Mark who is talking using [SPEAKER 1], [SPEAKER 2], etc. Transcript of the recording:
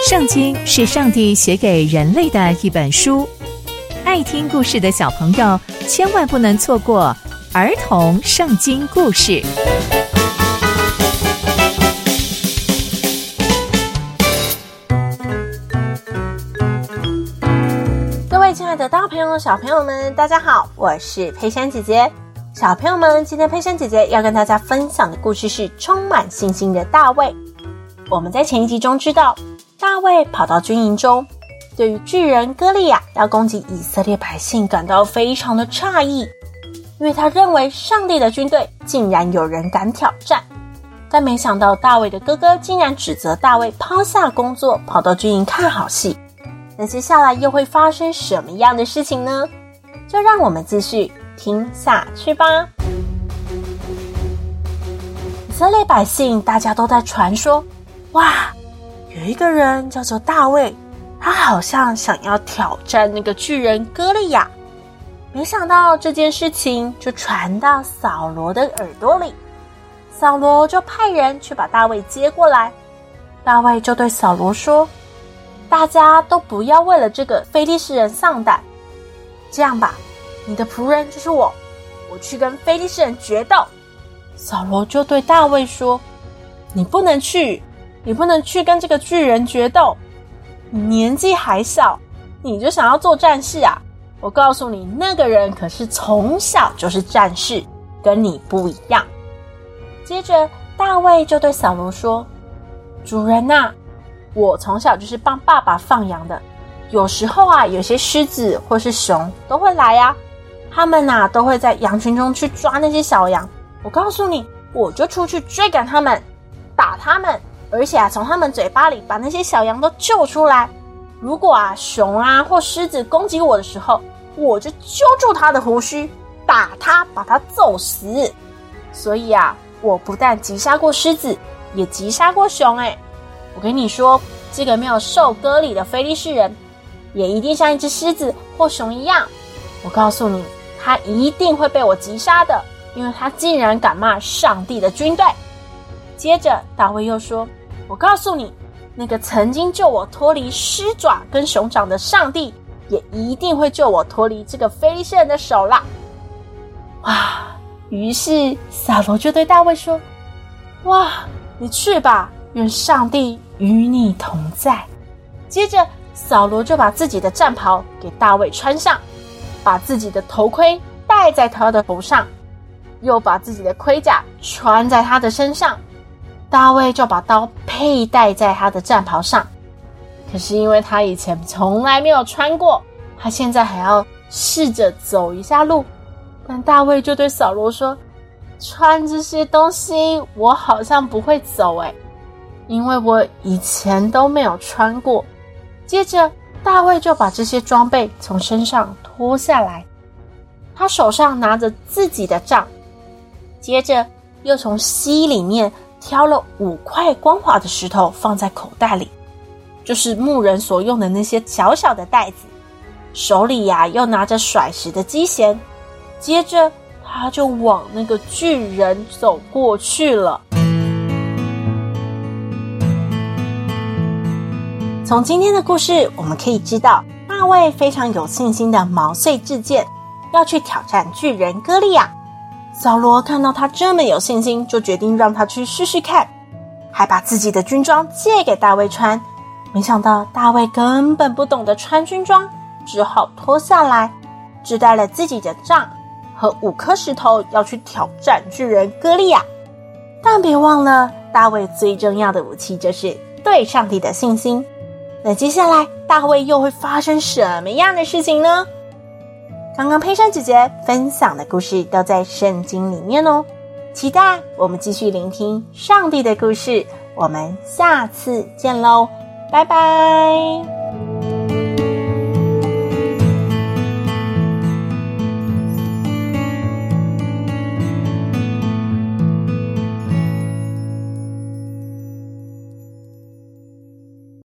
[SPEAKER 1] 圣经是上帝写给人类的一本书，爱听故事的小朋友千万不能错过儿童圣经故事。
[SPEAKER 2] 各位亲爱的大朋友小朋友们，大家好，我是佩珊姐姐。小朋友们，今天佩珊姐姐要跟大家分享的故事是充满信心的大卫。我们在前一集中知道，大卫跑到军营中，对于巨人歌利亚要攻击以色列百姓感到非常的诧异，因为他认为上帝的军队竟然有人敢挑战。但没想到大卫的哥哥竟然指责大卫抛下工作跑到军营看好戏。那接下来又会发生什么样的事情呢？就让我们继续听下去吧。以色列百姓大家都在传说，哇，有一个人叫做大卫，他好像想要挑战那个巨人歌利亚。没想到这件事情就传到扫罗的耳朵里，扫罗就派人去把大卫接过来。大卫就对扫罗说，大家都不要为了这个非利士人丧胆，这样吧，你的仆人就是我去跟非利士人决斗。扫罗就对大卫说，你不能去跟这个巨人决斗，你年纪还小，你就想要做战士啊？我告诉你，那个人可是从小就是战士，跟你不一样。接着大卫就对扫罗说，主人啊，我从小就是帮爸爸放羊的，有时候啊，有些狮子或是熊都会来啊，他们啊都会在羊群中去抓那些小羊。我告诉你，我就出去追赶他们，打他们，而且啊，从他们嘴巴里把那些小羊都救出来。如果啊，熊啊或狮子攻击我的时候，我就揪住他的胡须，打他，把他揍死。所以啊，我不但击杀过狮子，也击杀过熊。我跟你说，这个没有受割礼的非利士人，也一定像一只狮子或熊一样。我告诉你，他一定会被我击杀的，因为他竟然敢骂上帝的军队。接着大卫又说，我告诉你，那个曾经救我脱离狮爪跟熊掌的上帝，也一定会救我脱离这个非利士人的手啦。哇！于是扫罗就对大卫说，哇，你去吧，愿上帝与你同在。接着扫罗就把自己的战袍给大卫穿上，把自己的头盔戴在他的头上，又把自己的盔甲穿在他的身上。大卫就把刀佩戴在他的战袍上，可是因为他以前从来没有穿过，他现在还要试着走一下路。但大卫就对扫罗说，穿这些东西我好像不会走因为我以前都没有穿过。接着大卫就把这些装备从身上脱下来，他手上拿着自己的杖，接着又从溪里面挑了5块光滑的石头放在口袋里，就是牧人所用的那些小小的袋子，手里又拿着甩石的机弦。接着他就往那个巨人走过去了。从今天的故事我们可以知道，大卫非常有信心的毛遂自荐，要去挑战巨人歌利亚。扫罗看到他这么有信心，就决定让他去试试看，还把自己的军装借给大卫穿。没想到大卫根本不懂得穿军装，只好脱下来，只带了自己的杖和5颗石头要去挑战巨人歌利亚。但别忘了，大卫最重要的武器就是对上帝的信心。那接下来大卫又会发生什么样的事情呢？刚刚佩珊姐姐分享的故事都在圣经里面哦，期待我们继续聆听上帝的故事。我们下次见咯，拜拜。